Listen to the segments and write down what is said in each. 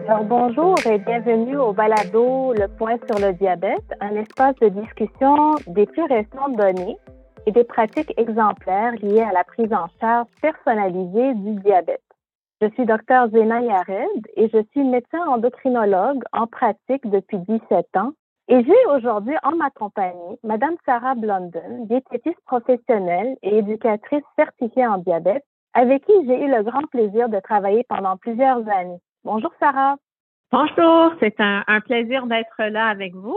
Alors bonjour et bienvenue au balado Le Point sur le diabète, un espace de discussion des plus récentes données et des pratiques exemplaires liées à la prise en charge personnalisée du diabète. Je suis Dr Zena Yared et je suis médecin endocrinologue en pratique depuis 17 ans. Et j'ai aujourd'hui en ma compagnie Madame Sarah Blunden, diététiste professionnelle et éducatrice certifiée en diabète, avec qui j'ai eu le grand plaisir de travailler pendant plusieurs années. Bonjour Sarah. Bonjour, c'est un plaisir d'être là avec vous.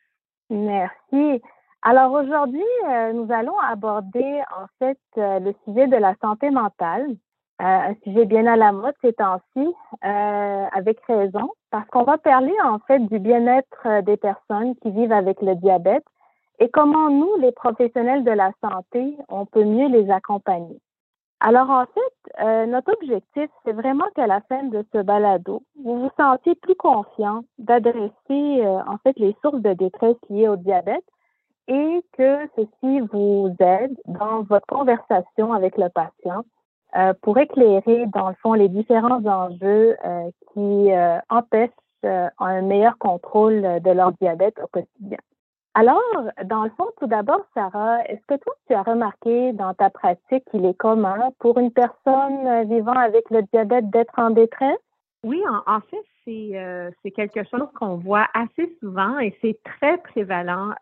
Merci. Alors aujourd'hui, nous allons aborder en fait le sujet de la santé mentale, un sujet bien à la mode ces temps-ci, avec raison, parce qu'on va parler en fait du bien-être des personnes qui vivent avec le diabète et comment nous, les professionnels de la santé, on peut mieux les accompagner. Alors, en fait, notre objectif, c'est vraiment qu'à la fin de ce balado, vous vous sentiez plus confiant d'adresser, en fait, les sources de détresse liées au diabète et que ceci vous aide dans votre conversation avec le patient pour éclairer, dans le fond, les différents enjeux qui empêchent un meilleur contrôle de leur diabète au quotidien. Alors, dans le fond, tout d'abord, Sarah, est-ce que toi, tu as remarqué dans ta pratique qu'il est commun pour une personne vivant avec le diabète d'être en détresse? Oui, en fait, c'est quelque chose qu'on voit assez souvent et c'est très prévalent.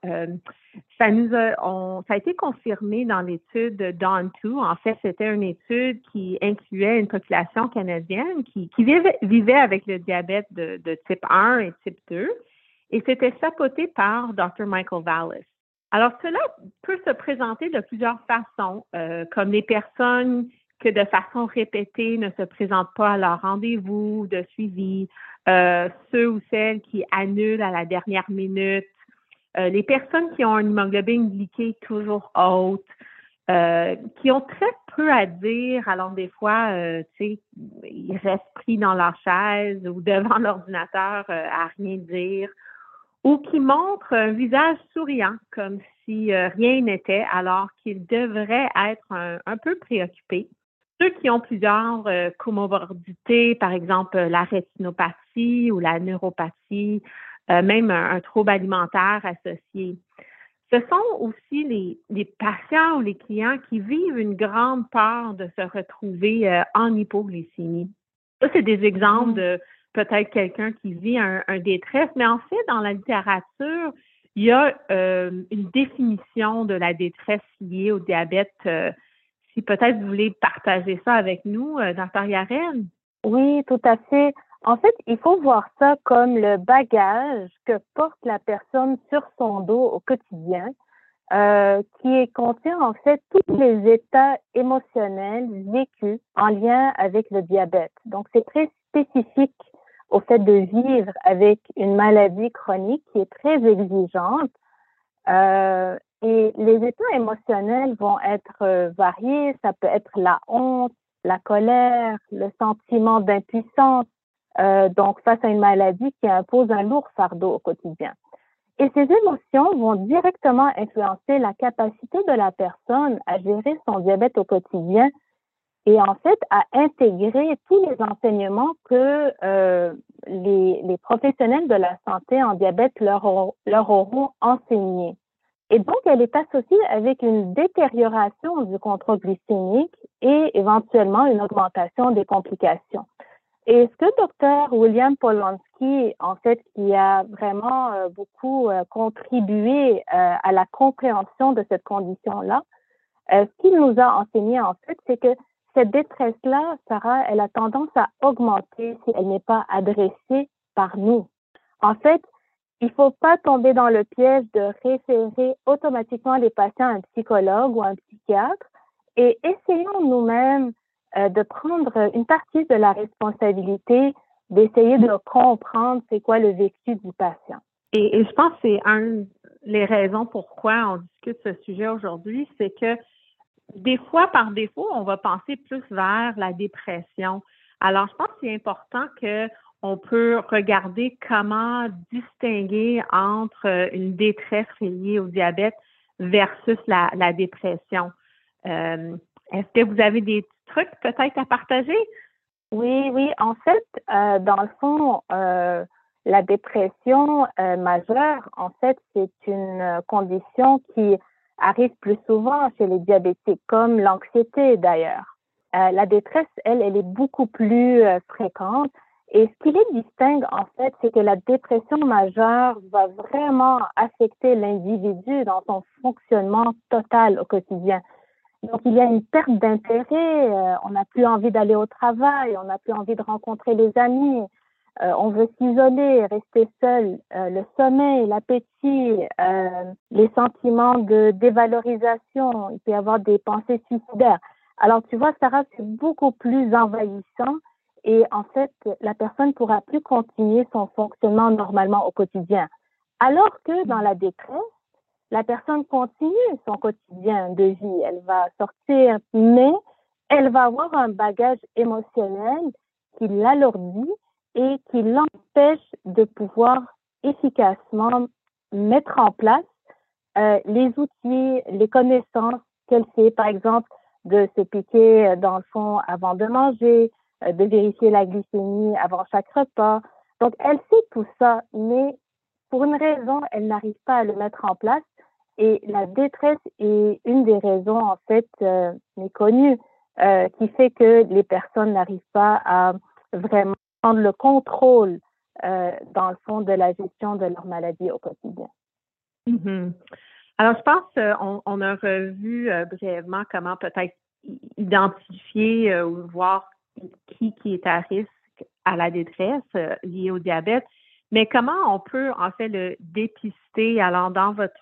Ça a été confirmé dans l'étude Dawn2. En fait, c'était une étude qui incluait une population canadienne qui vivait avec le diabète de type 1 et type 2 et c'était chapeauté par Dr. Michael Vallis. Alors, cela peut se présenter de plusieurs façons, comme les personnes que de façon répétée ne se présentent pas à leur rendez-vous de suivi, ceux ou celles qui annulent à la dernière minute, les personnes qui ont une hémoglobine glyquée toujours haute, qui ont très peu à dire, alors des fois, tu sais, ils restent pris dans leur chaise ou devant l'ordinateur à rien dire, ou qui montrent un visage souriant, comme si rien n'était, alors qu'ils devraient être un peu préoccupés. Ceux qui ont plusieurs comorbidités, par exemple la rétinopathie ou la neuropathie, même un trouble alimentaire associé. Ce sont aussi les patients ou les clients qui vivent une grande peur de se retrouver en hypoglycémie. Ça, c'est des exemples de peut-être quelqu'un qui vit un détresse, mais en fait, dans la littérature, il y a une définition de la détresse liée au diabète. Si peut-être vous voulez partager ça avec nous, Dr. Yarel. Oui, tout à fait. En fait, il faut voir ça comme le bagage que porte la personne sur son dos au quotidien, contient en fait tous les états émotionnels vécus en lien avec le diabète. Donc, c'est très spécifique au fait de vivre avec une maladie chronique qui est très exigeante. Et les états émotionnels vont être variés. Ça peut être la honte, la colère, le sentiment d'impuissance, donc face à une maladie qui impose un lourd fardeau au quotidien. Et ces émotions vont directement influencer la capacité de la personne à gérer son diabète au quotidien et en fait à intégrer tous les enseignements que les professionnels de la santé en diabète leur auront enseignés. Et donc, elle est associée avec une détérioration du contrôle glycémique et éventuellement une augmentation des complications. Et ce que Dr. William Polonsky, en fait, qui a vraiment beaucoup contribué à la compréhension de cette condition-là, ce qu'il nous a enseigné, en fait, c'est que cette détresse-là, Sarah, elle a tendance à augmenter si elle n'est pas adressée par nous. En fait, il ne faut pas tomber dans le piège de référer automatiquement les patients à un psychologue ou à un psychiatre et essayons nous-mêmes de prendre une partie de la responsabilité d'essayer de comprendre c'est quoi le vécu du patient. Et je pense que c'est les raisons pourquoi on discute ce sujet aujourd'hui, c'est que des fois, par défaut, on va penser plus vers la dépression. Alors, je pense que c'est important qu'on peut regarder comment distinguer entre une détresse liée au diabète versus la dépression. Est-ce que vous avez des trucs peut-être à partager? Oui, oui. En fait, dans le fond, la dépression majeure, en fait, c'est une condition qui arrive plus souvent chez les diabétiques, comme l'anxiété d'ailleurs. La détresse, elle est beaucoup plus fréquente. Et ce qui les distingue, en fait, c'est que la dépression majeure va vraiment affecter l'individu dans son fonctionnement total au quotidien. Donc, il y a une perte d'intérêt, on n'a plus envie d'aller au travail, on n'a plus envie de rencontrer les amis, on veut s'isoler, rester seul. Le sommeil, l'appétit, les sentiments de dévalorisation, il peut y avoir des pensées suicidaires. Alors, tu vois, Sarah, c'est beaucoup plus envahissant et en fait, la personne ne pourra plus continuer son fonctionnement normalement au quotidien. Alors que dans la détresse, la personne continue son quotidien de vie. Elle va sortir, mais elle va avoir un bagage émotionnel qui l'alourdit et qui l'empêche de pouvoir efficacement mettre en place les outils, les connaissances qu'elle sait, par exemple, de se piquer dans le fond avant de manger, de vérifier la glycémie avant chaque repas. Donc, elle sait tout ça, mais pour une raison, elle n'arrive pas à le mettre en place. Et la détresse est une des raisons, en fait, méconnues, qui fait que les personnes n'arrivent pas à vraiment prendre le contrôle, dans le fond, de la gestion de leur maladie au quotidien. Mhm. Alors, je pense on a revu brièvement comment peut-être identifier ou voir qui est à risque à la détresse liée au diabète, mais comment on peut en fait le dépister alors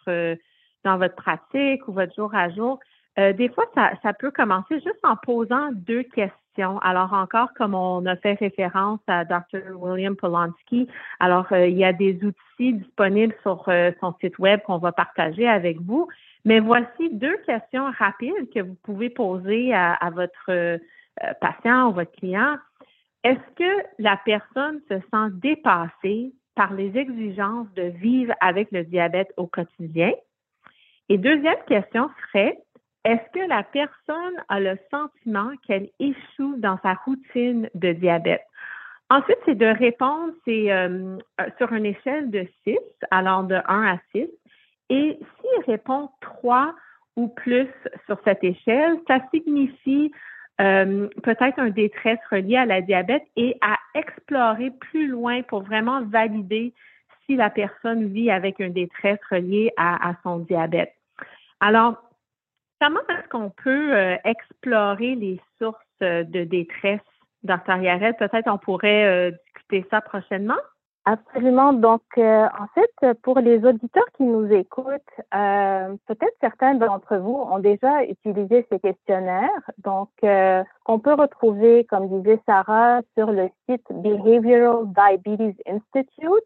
dans votre pratique ou votre jour à jour. Des fois, ça peut commencer juste en posant deux questions. Alors encore, comme on a fait référence à Dr. William Polanski, alors il y a des outils disponibles sur son site web qu'on va partager avec vous. Mais voici deux questions rapides que vous pouvez poser à votre patient ou votre client. Est-ce que la personne se sent dépassée par les exigences de vivre avec le diabète au quotidien? Et deuxième question serait, est-ce que la personne a le sentiment qu'elle échoue dans sa routine de diabète? Ensuite, c'est de répondre, c'est sur une échelle de 6, alors de 1 à 6. Et s'il répond 3 ou plus sur cette échelle, ça signifie peut-être un détresse relié à la diabète et à explorer plus loin pour vraiment valider si la personne vit avec une détresse reliée à son diabète. Alors, comment est-ce qu'on peut explorer les sources de détresse, Dr. Yarel? Peut-être on pourrait discuter ça prochainement? Absolument. Donc, en fait, pour les auditeurs qui nous écoutent, peut-être certains d'entre vous ont déjà utilisé ces questionnaires. Donc, qu'on peut retrouver, comme disait Sarah, sur le site Behavioral Diabetes Institute.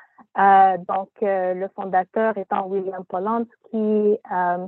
Donc, le fondateur étant William Polanski.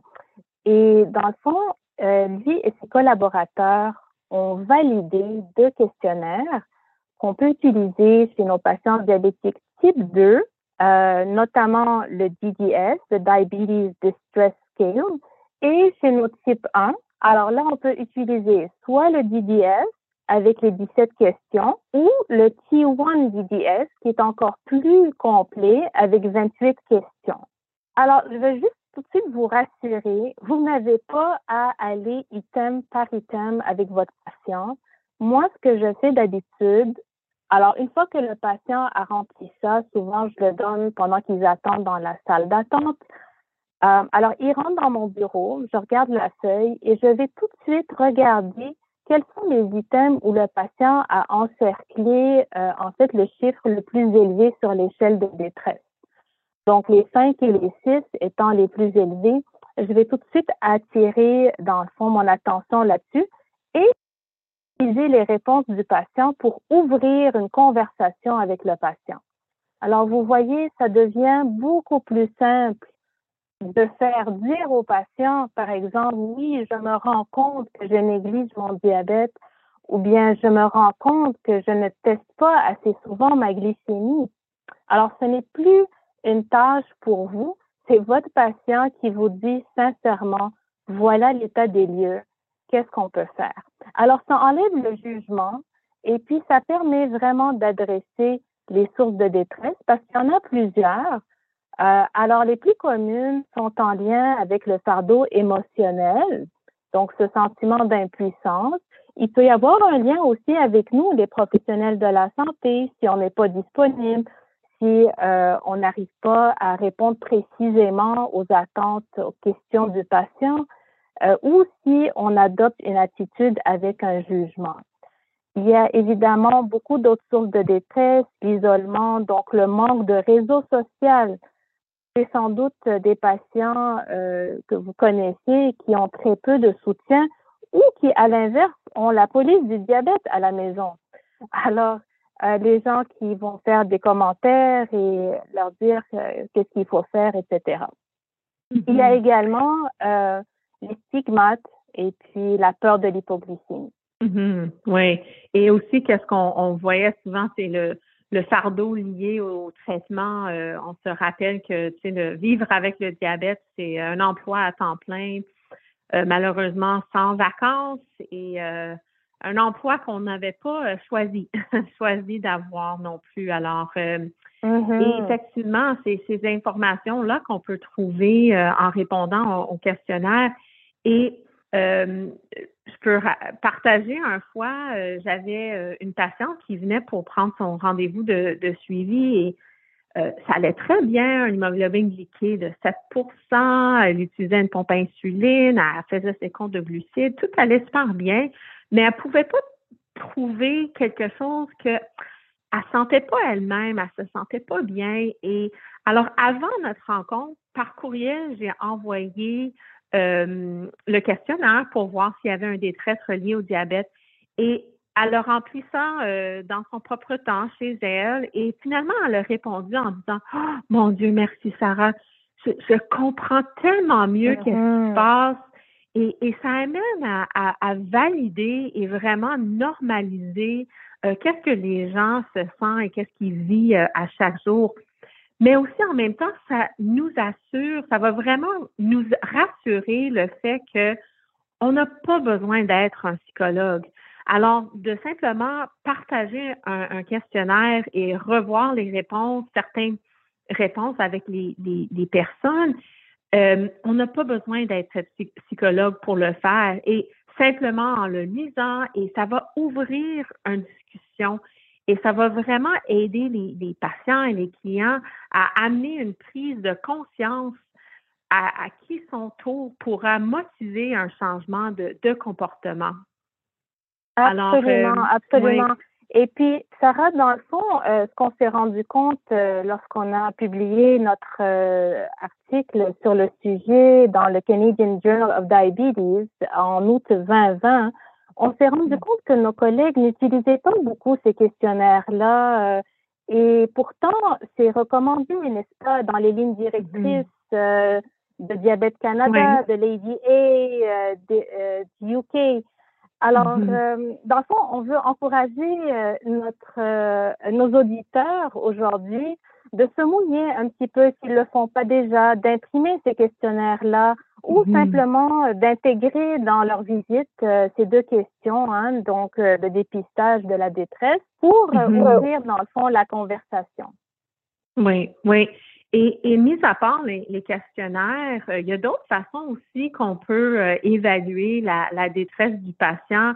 Et dans le fond, lui et ses collaborateurs ont validé deux questionnaires qu'on peut utiliser chez nos patients diabétiques type 2, notamment le DDS, le Diabetes Distress Scale, et chez nos type 1. Alors là, on peut utiliser soit le DDS avec les 17 questions ou le T1 DDS qui est encore plus complet avec 28 questions. Alors, je veux juste tout de suite vous rassurer, vous n'avez pas à aller item par item avec votre patient. Moi, ce que je fais d'habitude, alors une fois que le patient a rempli ça, souvent je le donne pendant qu'ils attendent dans la salle d'attente. Alors, ils rentrent dans mon bureau, je regarde la feuille et je vais tout de suite regarder quels sont les items où le patient a encerclé en fait le chiffre le plus élevé sur l'échelle de détresse. Donc, les 5 et les 6 étant les plus élevés, je vais tout de suite attirer, dans le fond, mon attention là-dessus et utiliser les réponses du patient pour ouvrir une conversation avec le patient. Alors, vous voyez, ça devient beaucoup plus simple de faire dire au patient, par exemple, oui, je me rends compte que je néglige mon diabète ou bien je me rends compte que je ne teste pas assez souvent ma glycémie. Alors, ce n'est plus une tâche pour vous, c'est votre patient qui vous dit sincèrement, voilà l'état des lieux, qu'est-ce qu'on peut faire? Alors, ça enlève le jugement Et puis, ça permet vraiment d'adresser les sources de détresse parce qu'il y en a plusieurs. Alors, les plus communes sont en lien avec le fardeau émotionnel, donc ce sentiment d'impuissance. Il peut y avoir un lien aussi avec nous, les professionnels de la santé, si on n'est pas disponible, si on n'arrive pas à répondre précisément aux attentes, aux questions du patient, ou si on adopte une attitude avec un jugement. Il y a évidemment beaucoup d'autres sources de détresse, l'isolement, donc le manque de réseau social. C'est sans doute des patients que vous connaissez qui ont très peu de soutien ou qui, à l'inverse, ont la police du diabète à la maison. Alors, les gens qui vont faire des commentaires et leur dire qu'est-ce qu'il faut faire, etc. Il y a également les stigmates et puis la peur de l'hypoglycémie. Oui. Et aussi, qu'est-ce qu'on voyait souvent, c'est le fardeau lié au traitement. On se rappelle que, tu sais, le vivre avec le diabète, c'est un emploi à temps plein, malheureusement sans vacances et un emploi qu'on n'avait pas choisi d'avoir non plus. Alors, et effectivement, c'est ces informations-là qu'on peut trouver en répondant au questionnaire. Et je peux partager un fois, j'avais une patiente qui venait pour prendre son rendez-vous de suivi et ça allait très bien, un hémoglobine glyquée de 7%, elle utilisait une pompe à insuline, elle faisait ses comptes de glucides, tout allait super bien, mais elle pouvait pas trouver quelque chose que elle sentait pas elle-même, elle se sentait pas bien. Et alors, avant notre rencontre, par courriel, j'ai envoyé le questionnaire pour voir s'il y avait un détresse relié au diabète. Et elle a rempli ça dans son propre temps chez elle. Et finalement, elle a répondu en disant « Oh, mon Dieu, merci Sarah, je comprends tellement mieux qu'est-ce qui se passe. » Et ça amène à valider et vraiment normaliser qu'est-ce que les gens se sentent et qu'est-ce qu'ils vivent à chaque jour. Mais aussi, en même temps, ça nous assure, ça va vraiment nous rassurer le fait que on n'a pas besoin d'être un psychologue. Alors, de simplement partager un questionnaire et revoir les réponses, certaines réponses avec les personnes, on n'a pas besoin d'être psychologue pour le faire. Et simplement en le lisant, et ça va ouvrir une discussion et ça va vraiment aider les patients et les clients à amener une prise de conscience à qui son tour pourra motiver un changement de comportement. Absolument, Alors, absolument. oui. Et puis, Sarah, dans le fond, ce qu'on s'est rendu compte lorsqu'on a publié notre article sur le sujet dans le Canadian Journal of Diabetes en août 2020, on s'est rendu compte que nos collègues n'utilisaient pas beaucoup ces questionnaires-là. Et pourtant, c'est recommandé, n'est-ce pas, dans les lignes directrices de Diabète Canada, de l'ADA, du UK. Alors, dans le fond, on veut encourager nos auditeurs aujourd'hui de se mouiller un petit peu s'ils le font pas déjà, d'imprimer ces questionnaires-là ou simplement d'intégrer dans leur visite ces deux questions, hein, donc le dépistage de la détresse pour ouvrir, dans le fond, la conversation. Oui, oui. Et mis à part les questionnaires, il y a d'autres façons aussi qu'on peut évaluer la détresse du patient.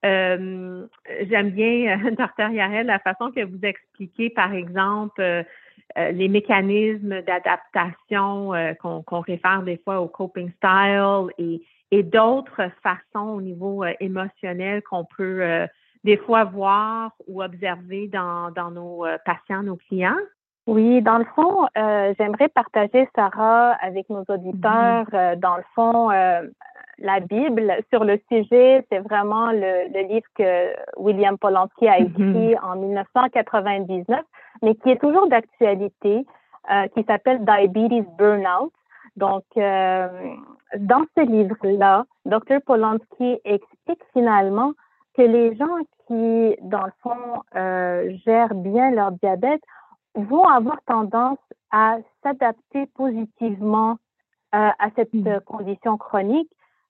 J'aime bien, Dr. Yarel, la façon que vous expliquez, par exemple, les mécanismes d'adaptation qu'on réfère des fois au coping style et d'autres façons au niveau émotionnel qu'on peut des fois voir ou observer dans nos patients, nos clients. Oui, dans le fond, j'aimerais partager, Sarah, avec nos auditeurs, dans le fond, la Bible sur le sujet. C'est vraiment le livre que William Polanski a écrit en 1999, mais qui est toujours d'actualité, qui s'appelle Diabetes Burnout. Donc, dans ce livre-là, Dr. Polanski explique finalement que les gens qui, dans le fond, gèrent bien leur diabète vont avoir tendance à s'adapter positivement à cette condition chronique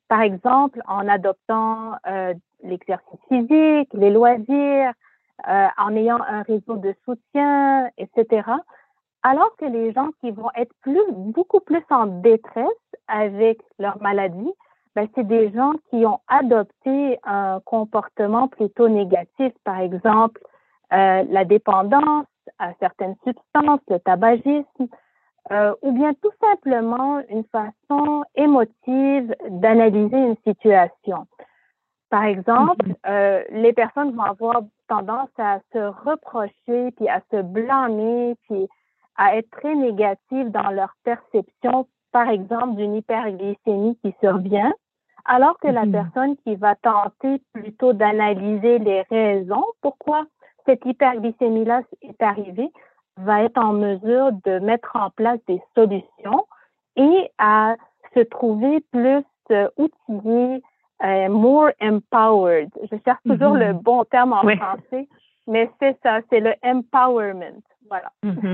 par exemple, en adoptant l'exercice physique, les loisirs, en ayant un réseau de soutien, etc. Alors que les gens qui vont être beaucoup plus en détresse avec leur maladie, ben, c'est des gens qui ont adopté un comportement plutôt négatif. Par exemple, la dépendance à certaines substances, le tabagisme, ou bien tout simplement une façon émotive d'analyser une situation. Par exemple, les personnes vont avoir tendance à se reprocher, puis à se blâmer, puis à être très négatives dans leur perception, par exemple, d'une hyperglycémie qui survient, alors que la personne qui va tenter plutôt d'analyser les raisons pourquoi cette hyperglycémie-là est arrivée, va être en mesure de mettre en place des solutions et à se trouver plus outillée, more empowered. Je cherche toujours le bon terme en français, mais c'est ça, c'est le empowerment. Voilà.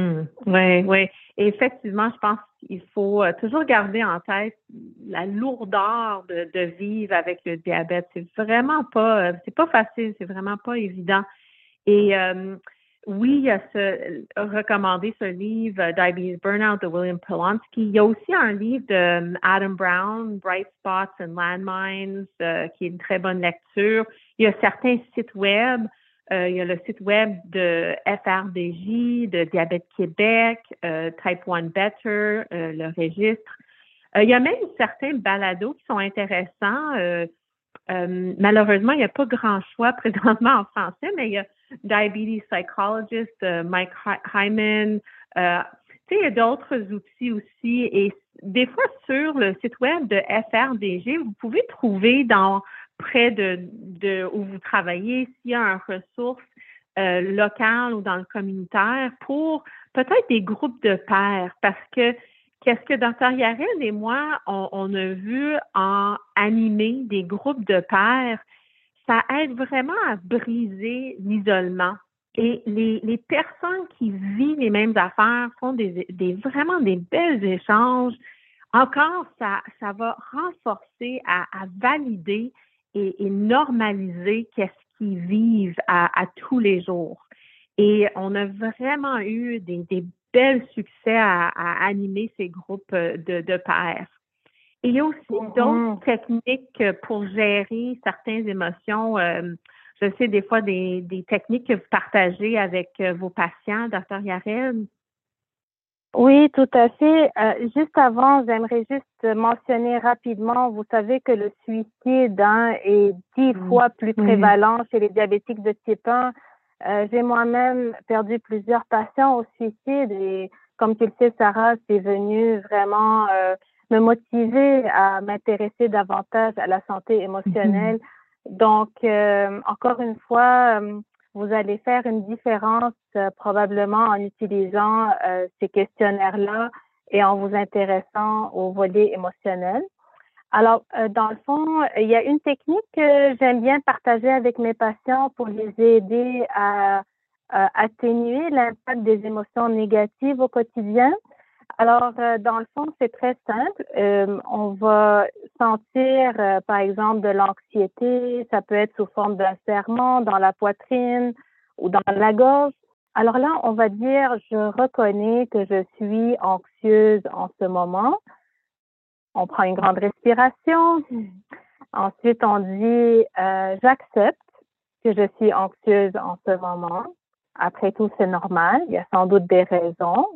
Oui. Et effectivement, je pense qu'il faut toujours garder en tête la lourdeur de vivre avec le diabète. C'est c'est pas facile, c'est vraiment pas évident. Et oui, il y a recommandé ce livre Diabetes Burnout de William Polonsky. Il y a aussi un livre de Adam Brown, Bright Spots and Landmines, qui est une très bonne lecture. Il y a certains sites web. Il y a le site web de FRDJ, de Diabète Québec, Type 1 Better, le registre. Il y a même certains balados qui sont intéressants. Malheureusement, il n'y a pas grand choix présentement en français, mais il y a Diabetes Psychologist, Mike Hyman. Il y a d'autres outils aussi. Et des fois, sur le site web de FRDG, vous pouvez trouver près de où vous travaillez, s'il y a une ressource locale ou dans le communautaire pour peut-être des groupes de pairs. Parce que qu'est-ce que Dr. Yarel et moi, on a vu en animer des groupes de pairs, ça aide vraiment à briser l'isolement. Et les personnes qui vivent les mêmes affaires font vraiment des belles échanges. Encore, ça va renforcer à valider et normaliser qu'est-ce qu'ils vivent à tous les jours. Et on a vraiment eu des bels succès à animer ces groupes de pairs. Et il y a aussi d'autres techniques pour gérer certaines émotions. Je sais des fois des techniques que vous partagez avec vos patients, Dr. Yarel. Oui, tout à fait. Juste avant, j'aimerais juste mentionner rapidement, vous savez que le suicide est 10 fois plus prévalent chez les diabétiques de type 1. J'ai moi-même perdu plusieurs patients au suicide et comme tu le sais, Sarah, c'est venu vraiment me motiver à m'intéresser davantage à la santé émotionnelle. Donc, encore une fois, vous allez faire une différence probablement en utilisant ces questionnaires-là et en vous intéressant au volet émotionnel. Alors, dans le fond, il y a une technique que j'aime bien partager avec mes patients pour les aider à atténuer l'impact des émotions négatives au quotidien. Alors, dans le fond, c'est très simple. On va sentir, par exemple, de l'anxiété. Ça peut être sous forme d'un serrement dans la poitrine ou dans la gorge. Alors là, on va dire, je reconnais que je suis anxieuse en ce moment. On prend une grande respiration. Ensuite, on dit, j'accepte que je suis anxieuse en ce moment. Après tout, c'est normal. Il y a sans doute des raisons.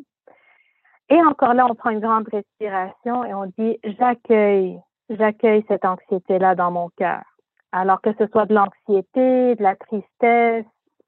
Et encore là, on prend une grande respiration et on dit, j'accueille cette anxiété-là dans mon cœur. Alors que ce soit de l'anxiété, de la tristesse,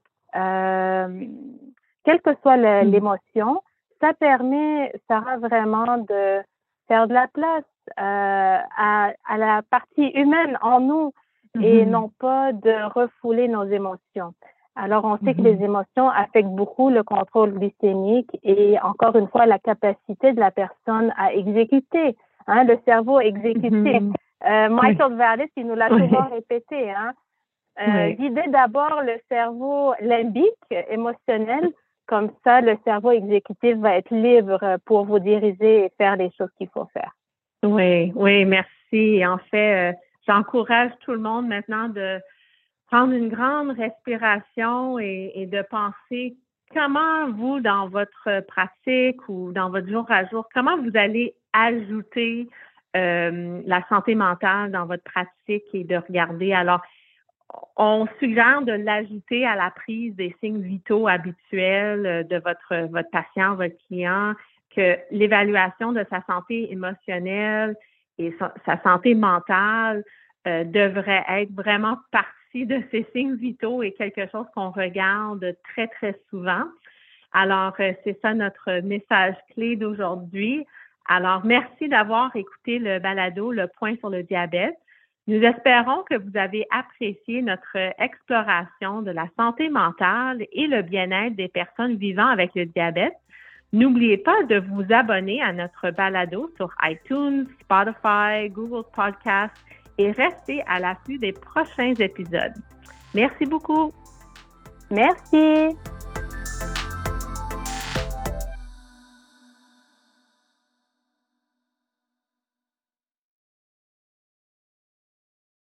quelle que soit l'émotion, ça permet, Sarah, vraiment de faire de la place à la partie humaine en nous et non pas de refouler nos émotions. Alors, on sait que les émotions affectent beaucoup le contrôle glycémique et encore une fois, la capacité de la personne à exécuter, le cerveau exécuté. Michael Valis, il nous l'a souvent répété, guider d'abord le cerveau limbique, émotionnel, comme ça, le cerveau exécutif va être libre pour vous diriger et faire les choses qu'il faut faire. Oui, merci. Et en fait, j'encourage tout le monde maintenant de prendre une grande respiration et de penser comment vous, dans votre pratique ou dans votre jour à jour, comment vous allez ajouter la santé mentale dans votre pratique et de regarder. Alors, on suggère de l'ajouter à la prise des signes vitaux habituels de votre patient, votre client, que l'évaluation de sa santé émotionnelle et sa santé mentale devrait être vraiment partie de ces signes vitaux et quelque chose qu'on regarde très, très souvent. Alors, c'est ça notre message clé d'aujourd'hui. Alors, merci d'avoir écouté le balado, Le Point sur le diabète. Nous espérons que vous avez apprécié notre exploration de la santé mentale et le bien-être des personnes vivant avec le diabète. N'oubliez pas de vous abonner à notre balado sur iTunes, Spotify, Google Podcasts et restez à l'affût des prochains épisodes. Merci beaucoup. Merci.